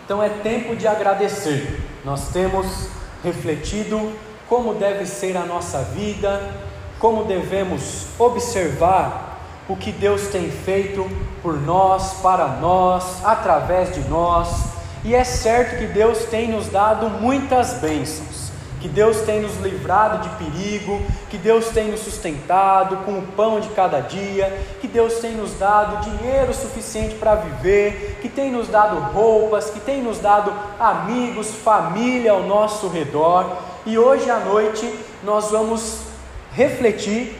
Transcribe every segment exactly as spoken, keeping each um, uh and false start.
Então é tempo de agradecer. Nós temos refletido como deve ser a nossa vida, como devemos observar o que Deus tem feito por nós, para nós, através de nós. E é certo que Deus tem nos dado muitas bênçãos, que Deus tem nos livrado de perigo, que Deus tem nos sustentado com o pão de cada dia, que Deus tem nos dado dinheiro suficiente para viver, que tem nos dado roupas, que tem nos dado amigos, família ao nosso redor. E hoje à noite nós vamos refletir,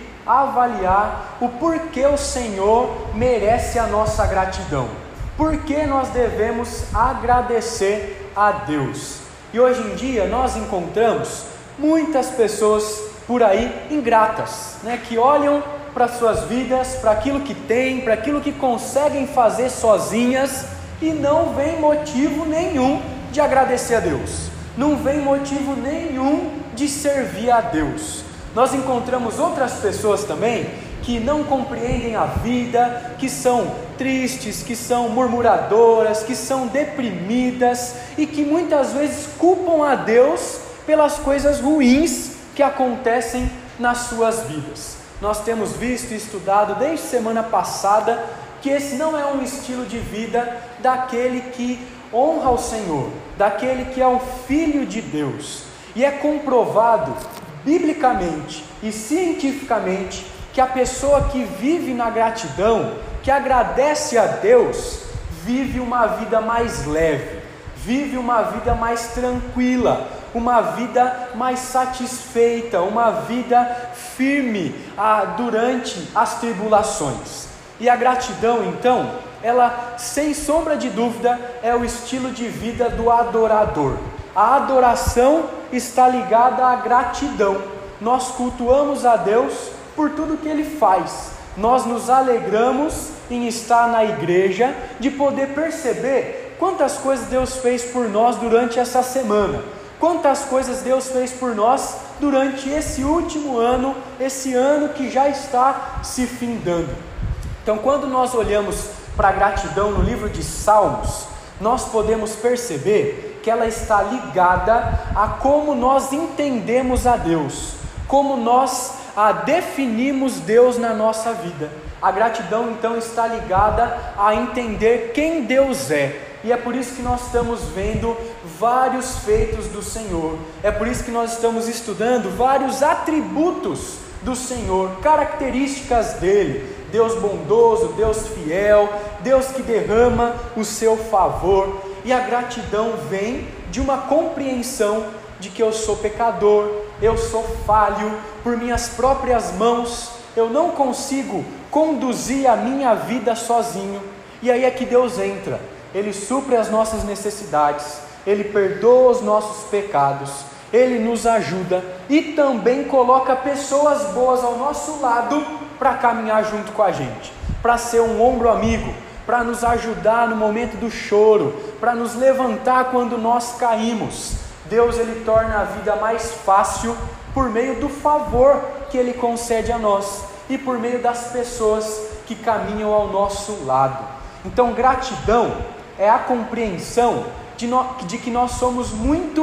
avaliar o porquê o Senhor merece a nossa gratidão, por que nós devemos agradecer a Deus. E hoje em dia nós encontramos muitas pessoas por aí ingratas, né, que olham para suas vidas, para aquilo que têm, para aquilo que conseguem fazer sozinhas e não vem motivo nenhum de agradecer a Deus, não vem motivo nenhum de servir a Deus. Nós encontramos outras pessoas também que não compreendem a vida, que são tristes, que são murmuradoras, que são deprimidas e que muitas vezes culpam a Deus pelas coisas ruins que acontecem nas suas vidas. Nós temos visto e estudado desde semana passada que esse não é um estilo de vida daquele que honra o Senhor, daquele que é o Filho de Deus. E é comprovado biblicamente e cientificamente que a pessoa que vive na gratidão, que agradece a Deus, vive uma vida mais leve, vive uma vida mais tranquila, uma vida mais satisfeita, uma vida firme ah, durante as tribulações. E a gratidão, então, ela, sem sombra de dúvida, é o estilo de vida do adorador. A adoração está ligada à gratidão. Nós cultuamos a Deus por tudo que Ele faz. Nós nos alegramos em estar na igreja, de poder perceber quantas coisas Deus fez por nós durante essa semana, quantas coisas Deus fez por nós durante esse último ano, esse ano que já está se findando. Então, quando nós olhamos para a gratidão no livro de Salmos, nós podemos perceber que ela está ligada a como nós entendemos a Deus, como nós a definimos Deus na nossa vida. A gratidão então está ligada a entender quem Deus é, e é por isso que nós estamos vendo vários feitos do Senhor, é por isso que nós estamos estudando vários atributos do Senhor, características dele: Deus bondoso, Deus fiel, Deus que derrama o seu favor. E a gratidão vem de uma compreensão de que eu sou pecador, eu sou falho, por minhas próprias mãos eu não consigo conduzir a minha vida sozinho. E aí é que Deus entra, Ele supre as nossas necessidades, Ele perdoa os nossos pecados, Ele nos ajuda e também coloca pessoas boas ao nosso lado para caminhar junto com a gente, para ser um ombro amigo, para nos ajudar no momento do choro, para nos levantar quando nós caímos. Deus, Ele torna a vida mais fácil por meio do favor que Ele concede a nós e por meio das pessoas que caminham ao nosso lado. Então, gratidão é a compreensão de, no, de que nós somos muito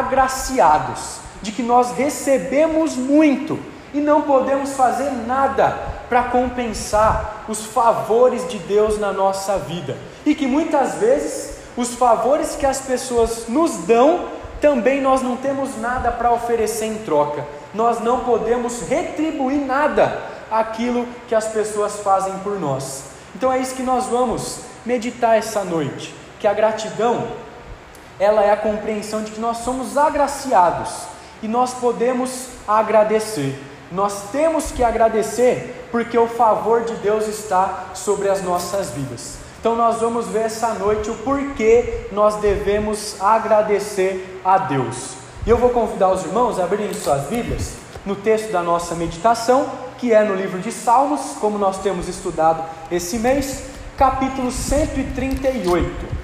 agraciados, de que nós recebemos muito e não podemos fazer nada para compensar os favores de Deus na nossa vida, e que muitas vezes os favores que as pessoas nos dão, também nós não temos nada para oferecer em troca. Nós não podemos retribuir nada aquilo que as pessoas fazem por nós. Então é isso que nós vamos meditar essa noite, que a gratidão, ela é a compreensão de que nós somos agraciados e nós podemos agradecer. Nós temos que agradecer porque o favor de Deus está sobre as nossas vidas. Então nós vamos ver essa noite o porquê nós devemos agradecer a Deus. E eu vou convidar os irmãos a abrirem suas Bíblias no texto da nossa meditação, que é no livro de Salmos, como nós temos estudado esse mês, capítulo cento e trinta e oito.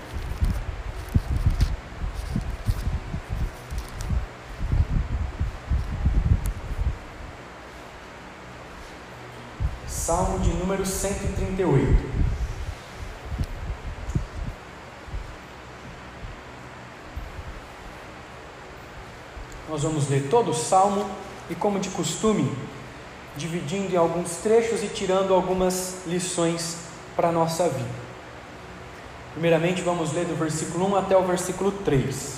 Salmo de número cento e trinta e oito. Nós vamos ler todo o Salmo e, como de costume, dividindo em alguns trechos e tirando algumas lições para a nossa vida. Primeiramente, vamos ler do versículo um até o versículo três.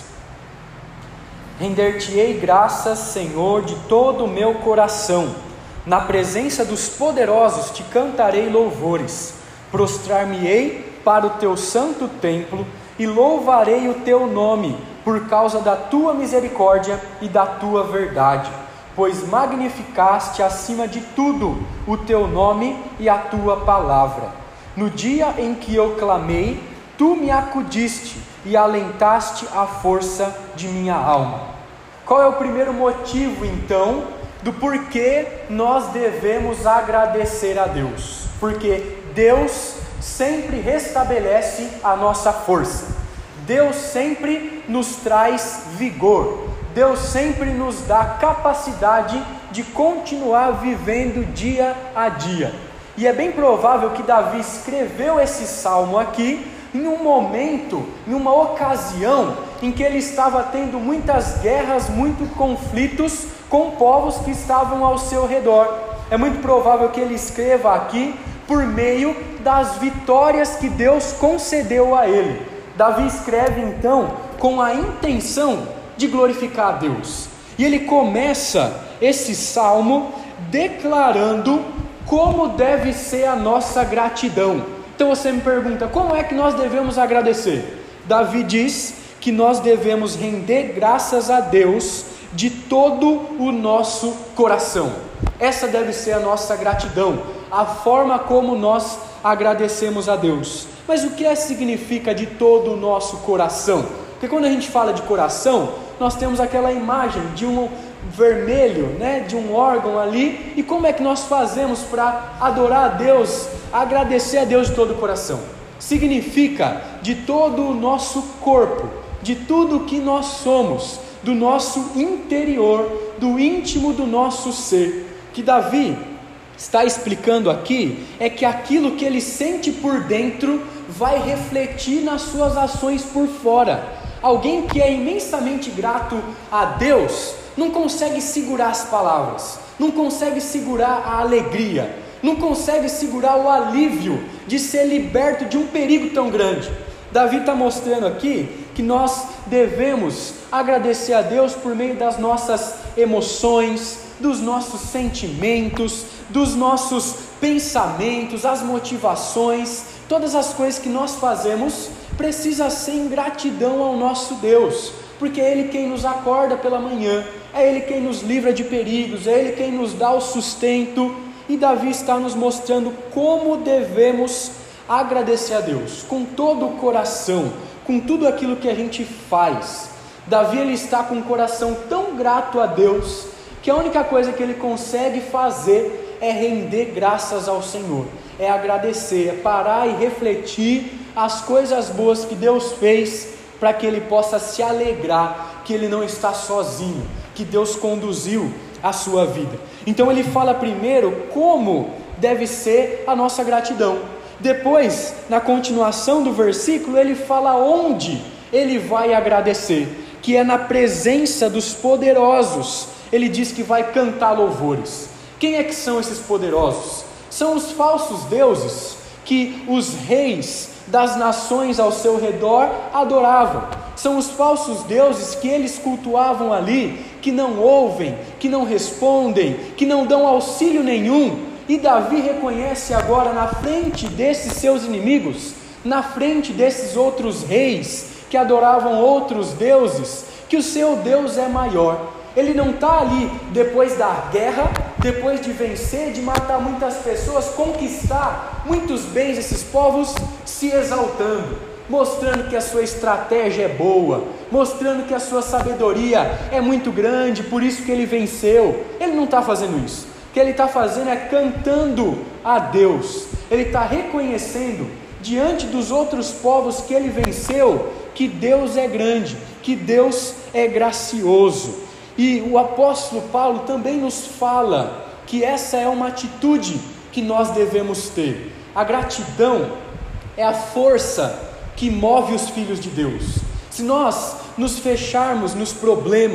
Render-te-ei graças, Senhor, de todo o meu coração. Na presença dos poderosos te cantarei louvores. Prostrar-me-ei para o teu santo templo e louvarei o teu nome, por causa da tua misericórdia e da tua verdade. Pois magnificaste acima de tudo o teu nome e a tua palavra. No dia em que eu clamei, tu me acudiste e alentaste a força de minha alma. Qual é o primeiro motivo, então, do porquê nós devemos agradecer a Deus? Porque Deus sempre restabelece a nossa força. Deus sempre nos traz vigor. Deus sempre nos dá capacidade de continuar vivendo dia a dia. E é bem provável que Davi escreveu esse salmo aqui em um momento, em uma ocasião em que ele estava tendo muitas guerras, muitos conflitos com povos que estavam ao seu redor. É muito provável que ele escreva aqui por meio das vitórias que Deus concedeu a ele. Davi escreve então com a intenção de glorificar a Deus. E ele começa esse salmo declarando como deve ser a nossa gratidão. Então você me pergunta, como é que nós devemos agradecer? Davi diz que nós devemos render graças a Deus de todo o nosso coração. Essa deve ser a nossa gratidão, a forma como nós agradecemos a Deus. Mas o que é, significa de todo o nosso coração? Porque quando a gente fala de coração, nós temos aquela imagem de um vermelho, né, de um órgão ali. E como é que nós fazemos para adorar a Deus, agradecer a Deus de todo o coração? Significa de todo o nosso corpo, de tudo que nós somos, do nosso interior, do íntimo do nosso ser. Que Davi está explicando aqui é que aquilo que ele sente por dentro vai refletir nas suas ações por fora. Alguém que é imensamente grato a Deus não consegue segurar as palavras, não consegue segurar a alegria, não consegue segurar o alívio de ser liberto de um perigo tão grande. Davi está mostrando aqui que nós devemos agradecer a Deus por meio das nossas emoções, dos nossos sentimentos, dos nossos pensamentos, as motivações, todas as coisas que nós fazemos precisa ser em gratidão ao nosso Deus, porque é Ele quem nos acorda pela manhã, é Ele quem nos livra de perigos, é Ele quem nos dá o sustento. E Davi está nos mostrando como devemos agradecer a Deus, com todo o coração, com tudo aquilo que a gente faz. Davi ele está com um coração tão grato a Deus, que a única coisa que ele consegue fazer é render graças ao Senhor, é agradecer, é parar e refletir as coisas boas que Deus fez, para que ele possa se alegrar que ele não está sozinho, que Deus conduziu a sua vida. Então ele fala primeiro como deve ser a nossa gratidão. Depois, na continuação do versículo, ele fala onde ele vai agradecer, que é na presença dos poderosos. Ele diz que vai cantar louvores. Quem é que são esses poderosos? São os falsos deuses que os reis das nações ao seu redor adoravam. São os falsos deuses que eles cultuavam ali, que não ouvem, que não respondem, que não dão auxílio nenhum. E Davi reconhece agora na frente desses seus inimigos, na frente desses outros reis que adoravam outros deuses, que o seu Deus é maior. Ele não está ali depois da guerra, depois de vencer, de matar muitas pessoas, conquistar muitos bens desses povos, se exaltando, mostrando que a sua estratégia é boa, mostrando que a sua sabedoria é muito grande, por isso que ele venceu. Ele não está fazendo isso. O que ele está fazendo é cantando a Deus. Ele está reconhecendo diante dos outros povos que ele venceu, que Deus é grande, que Deus é gracioso. E o apóstolo Paulo também nos fala que essa é uma atitude que nós devemos ter. A gratidão é a força que move os filhos de Deus. Se nós nos fecharmos nos problemas,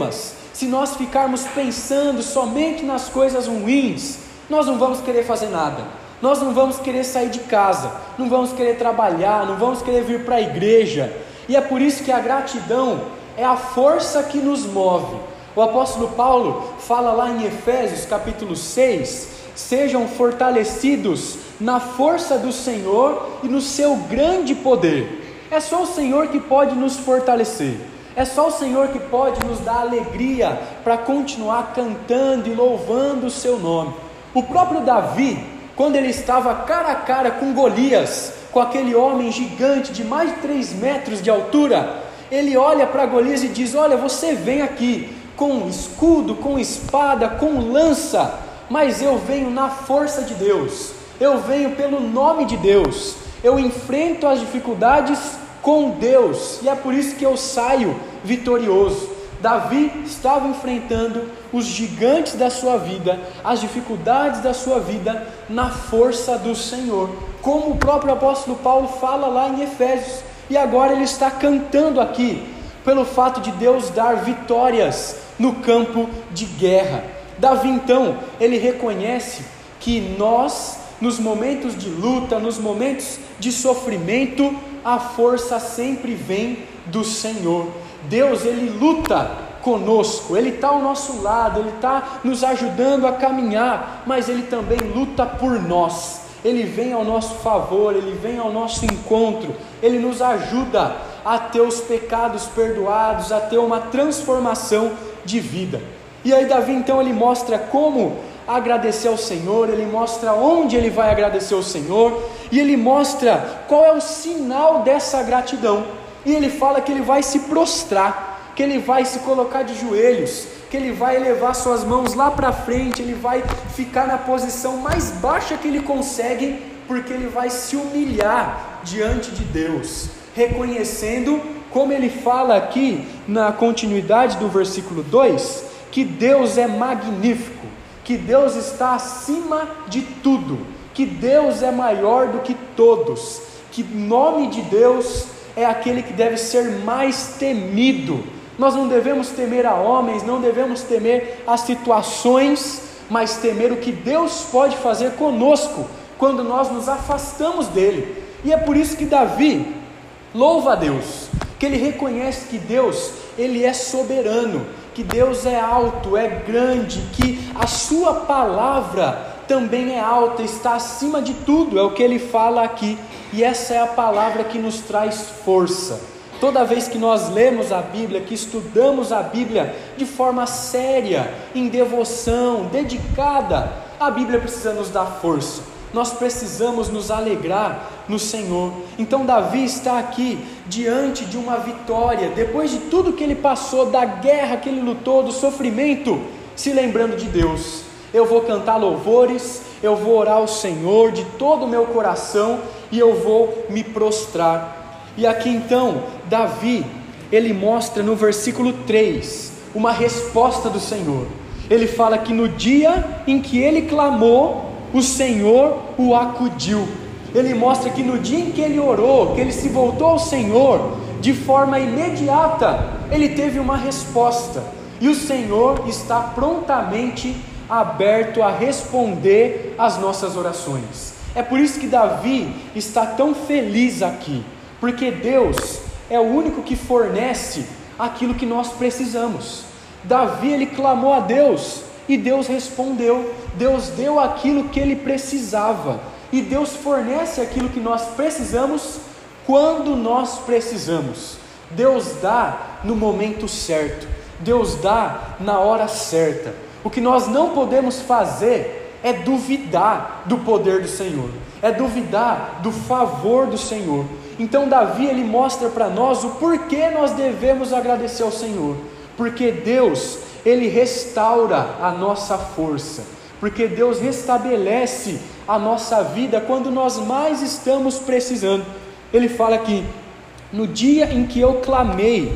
se nós ficarmos pensando somente nas coisas ruins, nós não vamos querer fazer nada, nós não vamos querer sair de casa, não vamos querer trabalhar, não vamos querer vir para a igreja. E é por isso que a gratidão é a força que nos move. O apóstolo Paulo fala lá em Efésios capítulo seis: sejam fortalecidos na força do Senhor e no seu grande poder. É só o Senhor que pode nos fortalecer, é só o Senhor que pode nos dar alegria para continuar cantando e louvando o seu nome. O próprio Davi, quando ele estava cara a cara com Golias, com aquele homem gigante de mais de três metros de altura, ele olha para Golias e diz: olha, você vem aqui com escudo, com espada, com lança, mas eu venho na força de Deus, eu venho pelo nome de Deus, eu enfrento as dificuldades com Deus, e é por isso que eu saio vitorioso. Davi estava enfrentando os gigantes da sua vida, as dificuldades da sua vida, na força do Senhor, como o próprio apóstolo Paulo fala lá em Efésios, e agora ele está cantando aqui, pelo fato de Deus dar vitórias no campo de guerra. Davi então, ele reconhece que nós, nos momentos de luta, nos momentos de sofrimento, a força sempre vem do Senhor. Deus, ele luta conosco, ele está ao nosso lado, ele está nos ajudando a caminhar, mas ele também luta por nós, ele vem ao nosso favor, ele vem ao nosso encontro, ele nos ajuda a ter os pecados perdoados, a ter uma transformação de vida. E aí Davi então ele mostra como agradecer ao Senhor, ele mostra onde ele vai agradecer ao Senhor, e ele mostra qual é o sinal dessa gratidão, e ele fala que ele vai se prostrar, que ele vai se colocar de joelhos, que ele vai elevar suas mãos lá para frente, ele vai ficar na posição mais baixa que ele consegue, porque ele vai se humilhar diante de Deus, reconhecendo, como ele fala aqui na continuidade do versículo dois, que Deus é magnífico, que Deus está acima de tudo, que Deus é maior do que todos, que o nome de Deus é aquele que deve ser mais temido. Nós não devemos temer a homens, não devemos temer as situações, mas temer o que Deus pode fazer conosco, quando nós nos afastamos dele. E é por isso que Davi louva a Deus, que ele reconhece que Deus, ele é soberano, que Deus é alto, é grande, que a sua palavra também é alta, está acima de tudo, é o que ele fala aqui, e essa é a palavra que nos traz força. Toda vez que nós lemos a Bíblia, que estudamos a Bíblia de forma séria, em devoção, dedicada, a Bíblia precisa nos dar força, nós precisamos nos alegrar no Senhor. Então Davi está aqui diante de uma vitória, depois de tudo que ele passou, da guerra que ele lutou, do sofrimento, se lembrando de Deus. Eu vou cantar louvores, eu vou orar ao Senhor de todo o meu coração, e eu vou me prostrar. E aqui então, Davi, ele mostra no versículo três, uma resposta do Senhor. Ele fala que no dia em que ele clamou, o Senhor o acudiu. Ele mostra que no dia em que ele orou, que ele se voltou ao Senhor, de forma imediata, ele teve uma resposta, e o Senhor está prontamente aberto a responder às nossas orações. É por isso que Davi está tão feliz aqui, porque Deus é o único que fornece aquilo que nós precisamos. Davi, ele clamou a Deus, e Deus respondeu, Deus deu aquilo que ele precisava, e Deus fornece aquilo que nós precisamos, quando nós precisamos. Deus dá no momento certo, Deus dá na hora certa. O que nós não podemos fazer é duvidar do poder do Senhor, é duvidar do favor do Senhor. Então Davi, ele mostra para nós o porquê nós devemos agradecer ao Senhor, porque Deus, ele restaura a nossa força, porque Deus restabelece a nossa vida quando nós mais estamos precisando. Ele fala aqui: no dia em que eu clamei,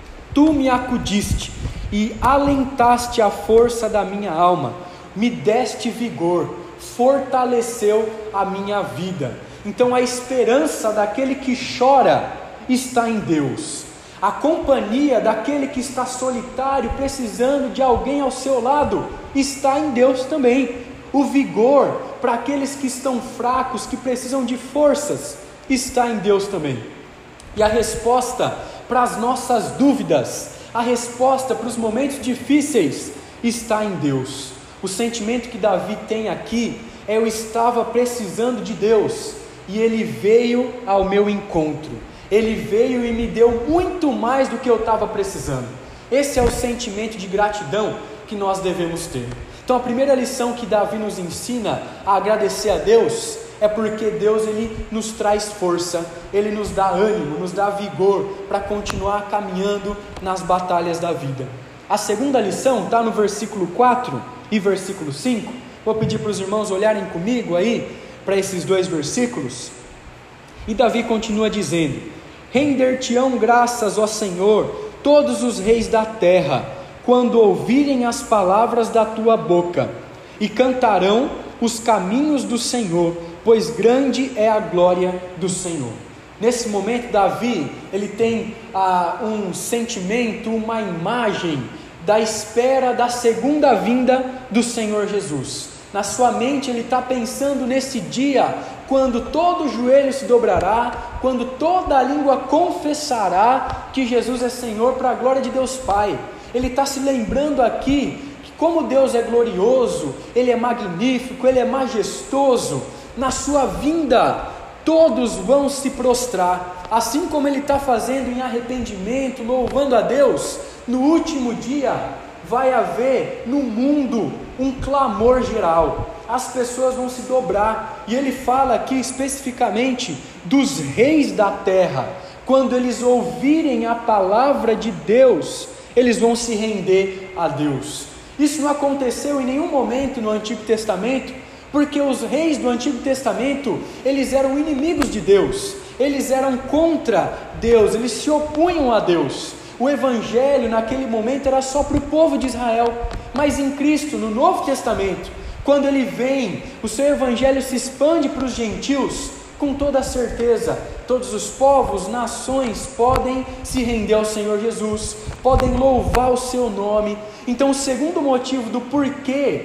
tu me acudiste e alentaste a força da minha alma, me deste vigor, fortaleceu a minha vida. Então a esperança daquele que chora está em Deus. A companhia daquele que está solitário, precisando de alguém ao seu lado, está em Deus também. O vigor para aqueles que estão fracos, que precisam de forças, está em Deus também. E a resposta para as nossas dúvidas, a resposta para os momentos difíceis, está em Deus. O sentimento que Davi tem aqui é: eu estava precisando de Deus, e Ele veio ao meu encontro. Ele veio e me deu muito mais do que eu estava precisando. Esse é o sentimento de gratidão que nós devemos ter. Então a primeira lição que Davi nos ensina a agradecer a Deus é porque Deus, Ele nos traz força, Ele nos dá ânimo, nos dá vigor para continuar caminhando nas batalhas da vida. A segunda lição está no versículo quatro e versículo cinco. Vou pedir para os irmãos olharem comigo aí para esses dois versículos. E Davi continua dizendo: render-te-ão graças, ó Senhor, todos os reis da terra, quando ouvirem as palavras da tua boca, e cantarão os caminhos do Senhor, pois grande é a glória do Senhor. Nesse momento, Davi, ele tem ah, um sentimento, uma imagem da espera da segunda vinda do Senhor Jesus. Na sua mente ele está pensando nesse dia, quando todo joelho se dobrará, quando toda a língua confessará que Jesus é Senhor, para a glória de Deus Pai. Ele está se lembrando aqui que como Deus é glorioso, Ele é magnífico, Ele é majestoso. Na sua vinda todos vão se prostrar, assim como Ele está fazendo em arrependimento, louvando a Deus. No último dia vai haver no mundo um clamor geral, as pessoas vão se dobrar, e ele fala aqui especificamente dos reis da terra. Quando eles ouvirem a palavra de Deus, eles vão se render a Deus. Isso não aconteceu em nenhum momento no Antigo Testamento, porque os reis do Antigo Testamento, eles eram inimigos de Deus, eles eram contra Deus, eles se opunham a Deus. O Evangelho naquele momento era só para o povo de Israel, mas em Cristo, no Novo Testamento, quando Ele vem, o seu Evangelho se expande para os gentios. Com toda certeza, todos os povos, nações podem se render ao Senhor Jesus, podem louvar o seu nome. Então o segundo motivo do porquê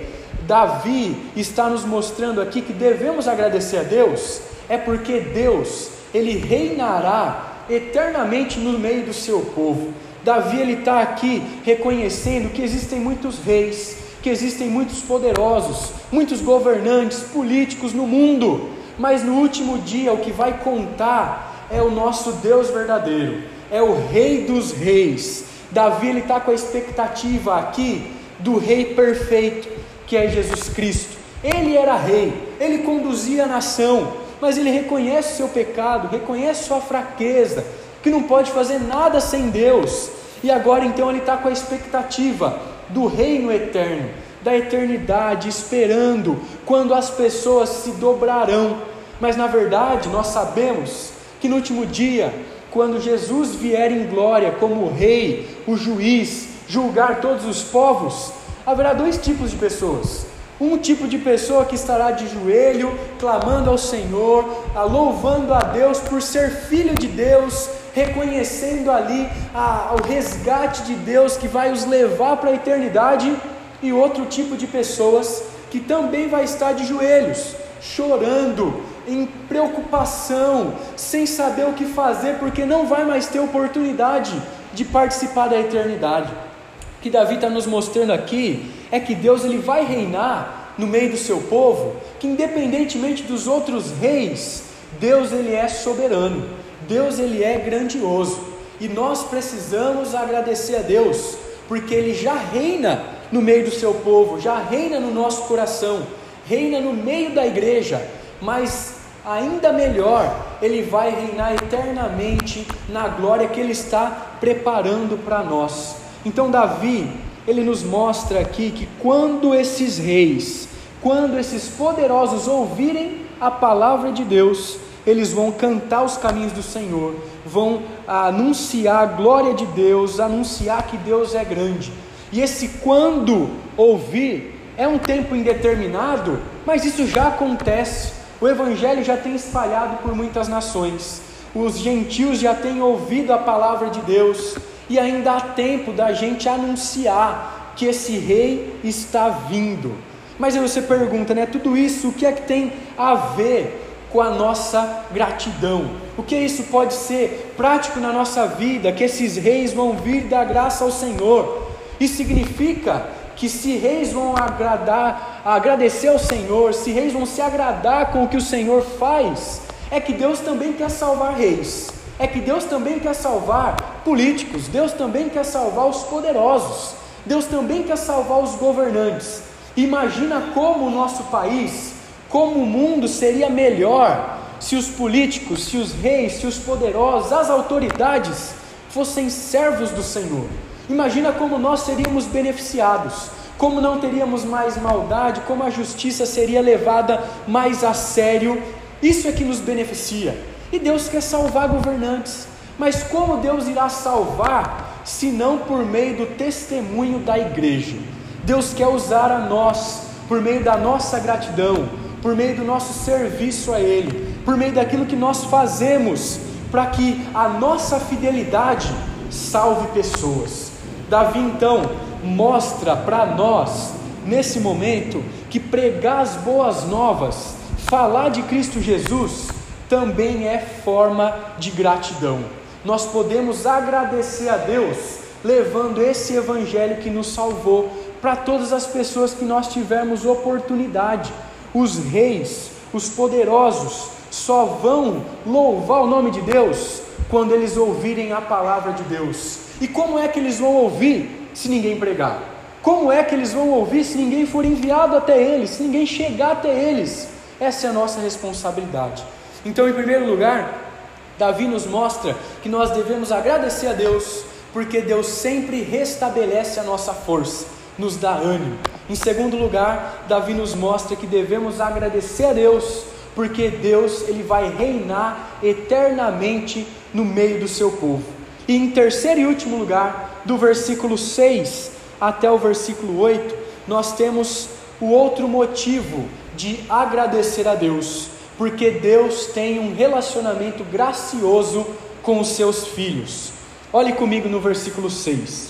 Davi está nos mostrando aqui que devemos agradecer a Deus, é porque Deus, Ele reinará eternamente no meio do seu povo. Davi, ele está aqui reconhecendo que existem muitos reis, que existem muitos poderosos, muitos governantes, políticos no mundo, mas no último dia o que vai contar é o nosso Deus verdadeiro, é o Rei dos Reis. Davi, ele está com a expectativa aqui do Rei perfeito, que é Jesus Cristo. Ele era rei, ele conduzia a nação, mas ele reconhece o seu pecado, reconhece sua fraqueza, que não pode fazer nada sem Deus. E agora então ele está com a expectativa do reino eterno, da eternidade, esperando quando as pessoas se dobrarão. Mas na verdade nós sabemos que no último dia, quando Jesus vier em glória como o rei, o juiz, julgar todos os povos, haverá dois tipos de pessoas. Um tipo de pessoa que estará de joelho, clamando ao Senhor, louvando a Deus por ser filho de Deus, reconhecendo ali a, o resgate de Deus que vai os levar para a eternidade. E outro tipo de pessoas que também vai estar de joelhos, chorando, em preocupação, sem saber o que fazer, porque não vai mais ter oportunidade de participar da eternidade. O que Davi está nos mostrando aqui é que Deus, ele vai reinar no meio do seu povo, que independentemente dos outros reis, Deus, ele é soberano, Deus, ele é grandioso, e nós precisamos agradecer a Deus, porque Ele já reina no meio do seu povo, já reina no nosso coração, reina no meio da igreja, mas ainda melhor, Ele vai reinar eternamente na glória que Ele está preparando para nós. Então Davi, ele nos mostra aqui que quando esses reis, quando esses poderosos ouvirem a palavra de Deus, eles vão cantar os caminhos do Senhor, vão anunciar a glória de Deus, anunciar que Deus é grande. E esse quando ouvir é um tempo indeterminado, mas isso já acontece. O Evangelho já tem espalhado por muitas nações. os gentios já têm ouvido a palavra de Deus, e ainda há tempo da gente anunciar que esse rei está vindo. Mas aí você pergunta, né, tudo isso, o que é que tem a ver com a nossa gratidão? O que isso pode ser prático na nossa vida, que esses reis vão vir dar graça ao Senhor? Isso significa que se reis vão agradar, agradecer ao Senhor, se reis vão se agradar com o que o Senhor faz, é que Deus também quer salvar reis, é que Deus também quer salvar políticos, Deus também quer salvar os poderosos, Deus também quer salvar os governantes. Imagina como o nosso país, como o mundo seria melhor se os políticos, se os reis, se os poderosos, as autoridades fossem servos do Senhor. Imagina como nós seríamos beneficiados, como não teríamos mais maldade, como a justiça seria levada mais a sério. Isso é que nos beneficia. E Deus quer salvar governantes, mas como Deus irá salvar, se não por meio do testemunho da igreja? Deus quer usar a nós, por meio da nossa gratidão, por meio do nosso serviço a Ele, por meio daquilo que nós fazemos, para que a nossa fidelidade salve pessoas. Davi então mostra para nós, nesse momento, que pregar as boas novas, falar de Cristo Jesus, também é forma de gratidão. Nós podemos agradecer a Deus, levando esse evangelho que nos salvou, para todas as pessoas que nós tivermos oportunidade. Os reis, os poderosos, só vão louvar o nome de Deus, quando eles ouvirem a palavra de Deus. E como é que eles vão ouvir, se ninguém pregar? Como é que eles vão ouvir, se ninguém for enviado até eles, se ninguém chegar até eles? Essa é a nossa responsabilidade. Então, em primeiro lugar, Davi nos mostra que nós devemos agradecer a Deus, porque Deus sempre restabelece a nossa força, nos dá ânimo. Em segundo lugar, Davi nos mostra que devemos agradecer a Deus, porque Deus ele vai reinar eternamente no meio do seu povo. E em terceiro e último lugar, do versículo seis até o versículo oito, nós temos o outro motivo de agradecer a Deus, porque Deus tem um relacionamento gracioso com os seus filhos. Olhe comigo no versículo seis.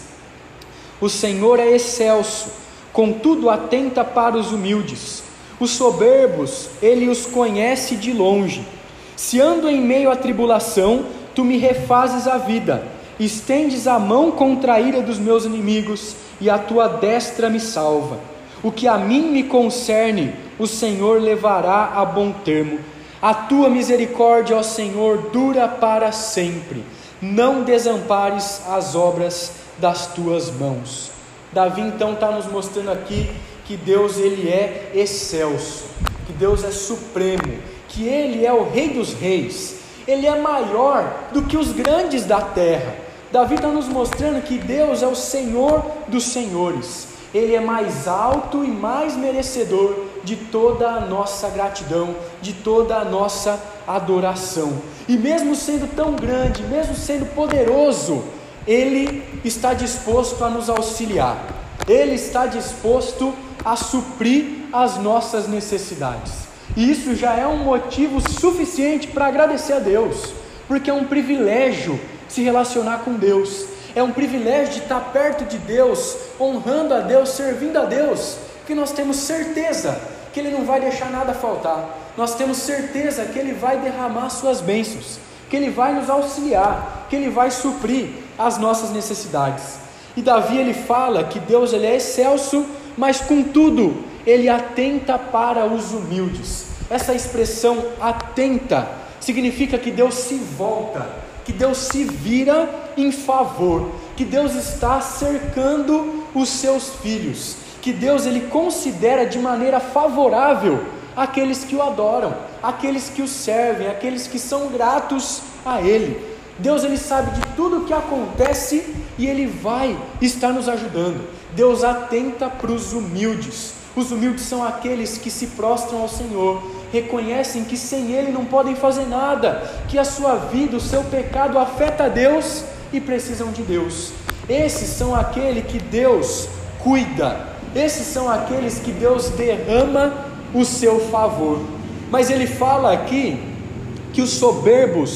O Senhor é excelso, contudo atenta para os humildes. Os soberbos, Ele os conhece de longe. Se ando em meio à tribulação, Tu me refazes a vida. Estendes a mão contra a ira dos meus inimigos, e a Tua destra me salva. O que a mim me concerne, o Senhor levará a bom termo. A Tua misericórdia, ó Senhor, dura para sempre. Não desampares as obras das Tuas mãos. Davi então está nos mostrando aqui que Deus ele é excelso, que Deus é supremo, que Ele é o Rei dos Reis, Ele é maior do que os grandes da terra. Davi está nos mostrando que Deus é o Senhor dos senhores, Ele é mais alto e mais merecedor de toda a nossa gratidão, de toda a nossa adoração. E mesmo sendo tão grande, mesmo sendo poderoso, Ele está disposto a nos auxiliar, Ele está disposto a suprir as nossas necessidades. E isso já é um motivo suficiente para agradecer a Deus, porque é um privilégio se relacionar com Deus, é um privilégio de estar perto de Deus, honrando a Deus, servindo a Deus, porque nós temos certeza que Ele não vai deixar nada faltar, nós temos certeza que Ele vai derramar suas bênçãos, que Ele vai nos auxiliar, que Ele vai suprir as nossas necessidades. E Davi ele fala que Deus ele é excelso, mas contudo Ele atenta para os humildes. Essa expressão atenta significa que Deus se volta, que Deus se vira em favor, que Deus está cercando os seus filhos, que Deus ele considera de maneira favorável aqueles que o adoram, aqueles que o servem, aqueles que são gratos a Ele. Deus ele sabe de tudo o que acontece e Ele vai estar nos ajudando. Deus atenta para os humildes. Os humildes são aqueles que se prostram ao Senhor, reconhecem que sem Ele não podem fazer nada, que a sua vida, o seu pecado afeta a Deus e precisam de Deus. Esses são aqueles que Deus cuida, esses são aqueles que Deus derrama o seu favor. Mas Ele fala aqui que os soberbos,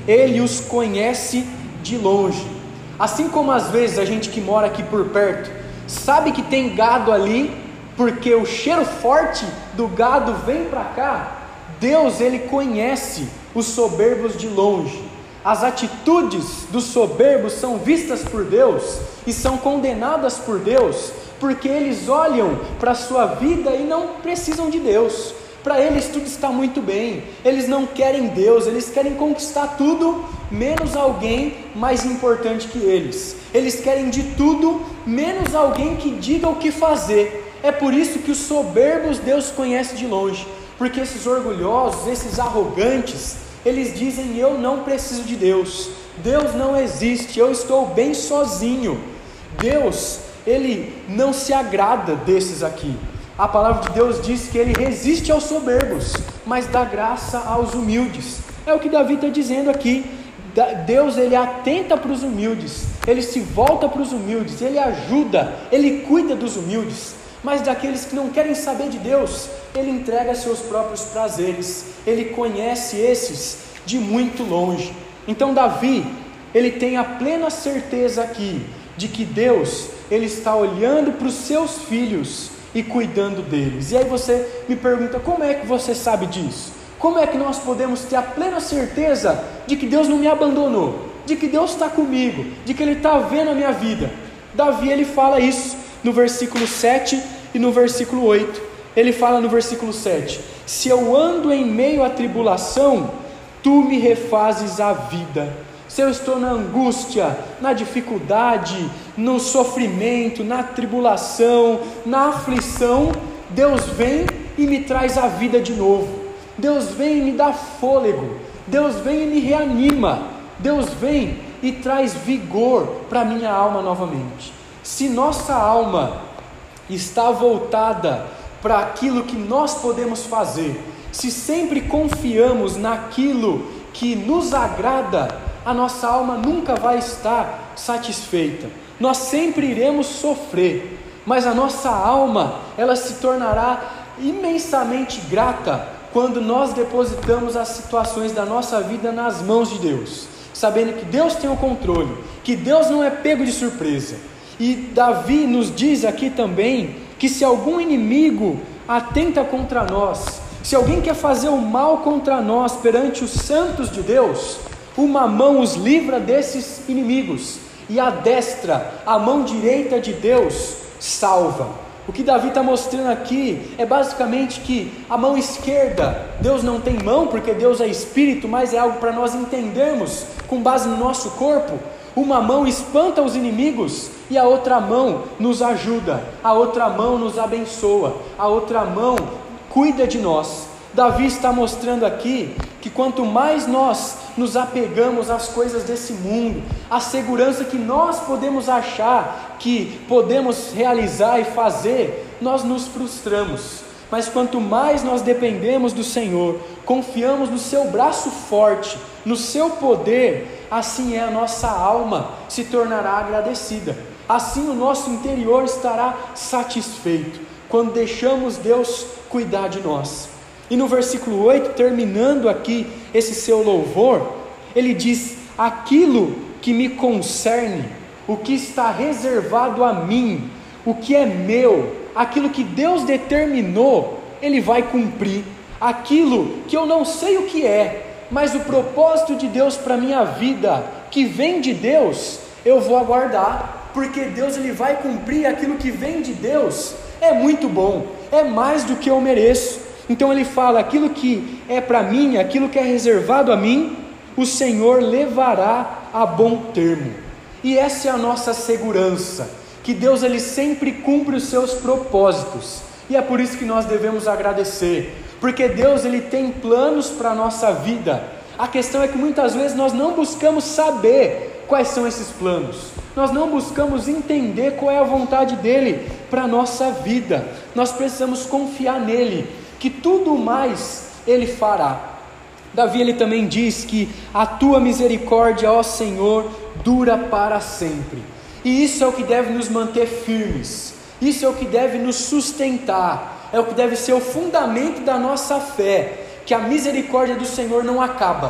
Ele os conhece de longe. Assim como às vezes a gente que mora aqui por perto sabe que tem gado ali, porque o cheiro forte do gado vem para cá, Deus, Ele conhece os soberbos de longe. As atitudes dos soberbos são vistas por Deus e são condenadas por Deus, porque eles olham para a sua vida e não precisam de Deus. Para eles tudo está muito bem, eles não querem Deus, eles querem conquistar tudo, menos alguém mais importante que eles. Eles querem de tudo, menos alguém que diga o que fazer. É por isso que os soberbos Deus conhece de longe, porque esses orgulhosos, esses arrogantes, eles dizem: eu não preciso de Deus, Deus não existe, eu estou bem sozinho. Deus, Ele não se agrada desses aqui. A palavra de Deus diz que Ele resiste aos soberbos, mas dá graça aos humildes. É o que Davi está dizendo aqui. Deus, Ele atenta para os humildes, Ele se volta para os humildes, Ele ajuda, Ele cuida dos humildes. Mas daqueles que não querem saber de Deus, Ele entrega seus próprios prazeres. Ele conhece esses de muito longe. Então Davi, ele tem a plena certeza aqui de que Deus, Ele está olhando para os seus filhos e cuidando deles. E aí você me pergunta: como é que você sabe disso? Como é que nós podemos ter a plena certeza de que Deus não me abandonou, de que Deus está comigo, de que Ele está vendo a minha vida? Davi, ele fala isso no versículo sete e no versículo oito. Ele fala no versículo sete: se eu ando em meio à tribulação, tu me refazes a vida. Se eu estou na angústia, na dificuldade, no sofrimento, na tribulação, na aflição, Deus vem e me traz a vida de novo. Deus vem e me dá fôlego. Deus vem e me reanima. Deus vem e traz vigor para a minha alma novamente. Se nossa alma está voltada para aquilo que nós podemos fazer, se sempre confiamos naquilo que nos agrada, a nossa alma nunca vai estar satisfeita. Nós sempre iremos sofrer, mas a nossa alma, ela se tornará imensamente grata quando nós depositamos as situações da nossa vida nas mãos de Deus, sabendo que Deus tem o controle, que Deus não é pego de surpresa. E Davi nos diz aqui também que se algum inimigo atenta contra nós, se alguém quer fazer o mal contra nós perante os santos de Deus, uma mão os livra desses inimigos, e a destra, a mão direita de Deus, salva. O que Davi está mostrando aqui é basicamente que a mão esquerda, Deus não tem mão, porque Deus é espírito, mas é algo para nós entendermos com base no nosso corpo. Uma mão espanta os inimigos e a outra mão nos ajuda, a outra mão nos abençoa, a outra mão cuida de nós. Davi está mostrando aqui que quanto mais nós nos apegamos às coisas desse mundo, à segurança que nós podemos achar que podemos realizar e fazer, nós nos frustramos. Mas quanto mais nós dependemos do Senhor, confiamos no seu braço forte, no seu poder, assim é a nossa alma se tornará agradecida. Assim o nosso interior estará satisfeito, quando deixamos Deus cuidar de nós. E no versículo oito, terminando aqui esse seu louvor, ele diz: aquilo que me concerne, o que está reservado a mim, o que é meu, aquilo que Deus determinou, Ele vai cumprir. Aquilo que eu não sei o que é, mas o propósito de Deus para a minha vida, que vem de Deus, eu vou aguardar, porque Deus, Ele vai cumprir. Aquilo que vem de Deus é muito bom, é mais do que eu mereço. Então ele fala: aquilo que é para mim, aquilo que é reservado a mim, o Senhor levará a bom termo. E essa é a nossa segurança, que Deus, Ele sempre cumpre os seus propósitos, e é por isso que nós devemos agradecer, porque Deus, Ele tem planos para a nossa vida. A questão é que muitas vezes nós não buscamos saber quais são esses planos, nós não buscamos entender qual é a vontade dEle para a nossa vida. Nós precisamos confiar nele, que tudo mais Ele fará. Davi, ele também diz que a tua misericórdia, ó Senhor, dura para sempre. E isso é o que deve nos manter firmes, isso é o que deve nos sustentar, é o que deve ser o fundamento da nossa fé, que a misericórdia do Senhor não acaba,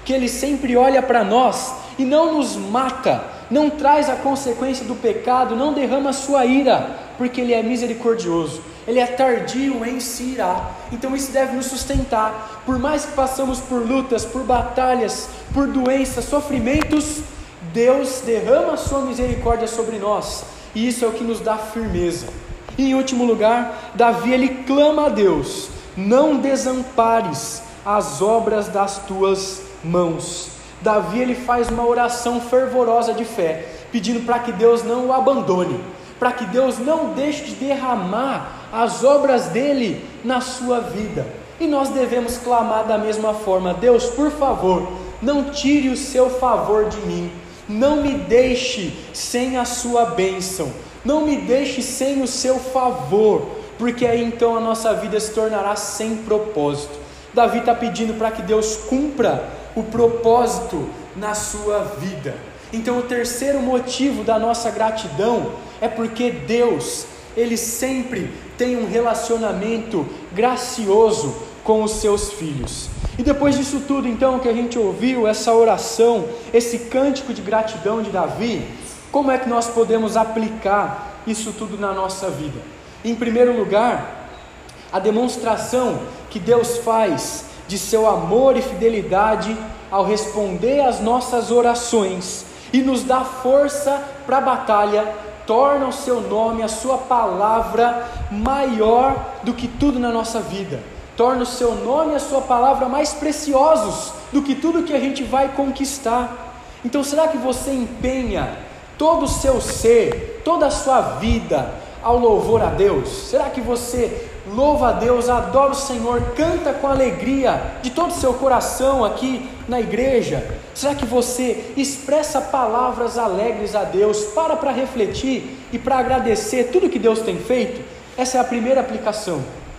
que Ele sempre olha para nós e não nos mata, não traz a consequência do pecado, não derrama a sua ira, porque Ele é misericordioso, Ele é tardio em se irar. Então isso deve nos sustentar, por mais que passamos por lutas, por batalhas, por doenças, sofrimentos, Deus derrama a sua misericórdia sobre nós, e isso é o que nos dá firmeza. E em último lugar, Davi ele clama a Deus: não desampares as obras das tuas mãos. Davi ele faz uma oração fervorosa de fé, pedindo para que Deus não o abandone, para que Deus não deixe de derramar as obras dele na sua vida. E nós devemos clamar da mesma forma: Deus, por favor, não tire o seu favor de mim, não me deixe sem a sua bênção, não me deixe sem o seu favor, porque aí então a nossa vida se tornará sem propósito. Davi está pedindo para que Deus cumpra o propósito na sua vida. Então o terceiro motivo da nossa gratidão é porque Deus, Ele sempre tem um relacionamento gracioso com os seus filhos. E depois disso tudo então que a gente ouviu, essa oração, esse cântico de gratidão de Davi, como é que nós podemos aplicar isso tudo na nossa vida? Em primeiro lugar, a demonstração que Deus faz de seu amor e fidelidade ao responder às nossas orações e nos dá força para a batalha, torna o seu nome, a sua palavra maior do que tudo na nossa vida, torna o seu nome e a sua palavra mais preciosos do que tudo que a gente vai conquistar. Então será que você empenha todo o seu ser, toda a sua vida ao louvor a Deus? Será que você louva a Deus, adora o Senhor, canta com alegria de todo o seu coração aqui na igreja? Será que você expressa palavras alegres a Deus, para para refletir e para agradecer tudo que Deus tem feito? Essa é a primeira aplicação.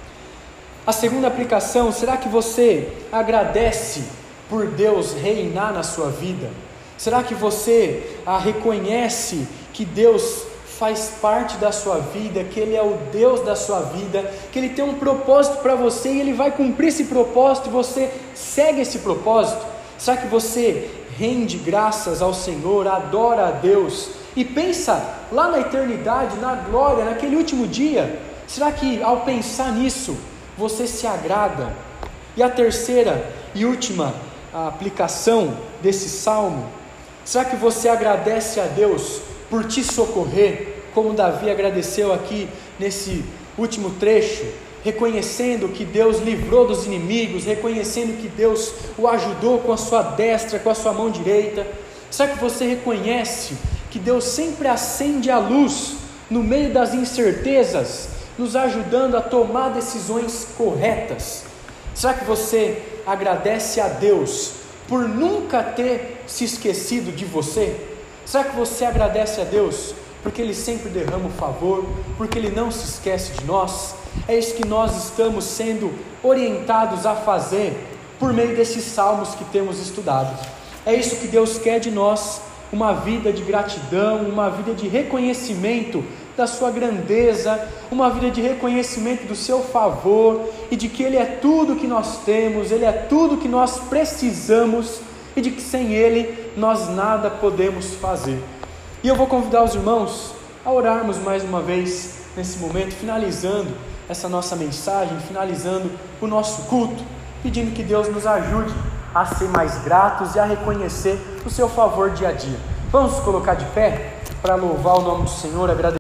A segunda aplicação: será que você agradece por Deus reinar na sua vida? Será que você ah, reconhece que Deus faz parte da sua vida, que Ele é o Deus da sua vida, que Ele tem um propósito para você e Ele vai cumprir esse propósito e você segue esse propósito? Será que você rende graças ao Senhor, adora a Deus e pensa lá na eternidade, na glória, naquele último dia? Será que ao pensar nisso você se agrada? E a terceira e última aplicação desse salmo: será que você agradece a Deus por te socorrer, como Davi agradeceu aqui nesse último trecho, reconhecendo que Deus livrou dos inimigos, reconhecendo que Deus o ajudou com a sua destra, com a sua mão direita? Será que você reconhece que Deus sempre acende a luz no meio das incertezas, nos ajudando a tomar decisões corretas? Será que você agradece a Deus por nunca ter se esquecido de você? Será que você agradece a Deus porque Ele sempre derrama o favor, porque Ele não se esquece de nós? É isso que nós estamos sendo orientados a fazer por meio desses salmos que temos estudado. É isso que Deus quer de nós: uma vida de gratidão, uma vida de reconhecimento da sua grandeza, uma vida de reconhecimento do seu favor e de que Ele é tudo que nós temos, Ele é tudo que nós precisamos e de que sem Ele nós nada podemos fazer. E eu vou convidar os irmãos a orarmos mais uma vez nesse momento, finalizando essa nossa mensagem, finalizando o nosso culto, pedindo que Deus nos ajude a ser mais gratos e a reconhecer o seu favor dia a dia. Vamos nos colocar de pé para louvar o nome do Senhor, agradecer.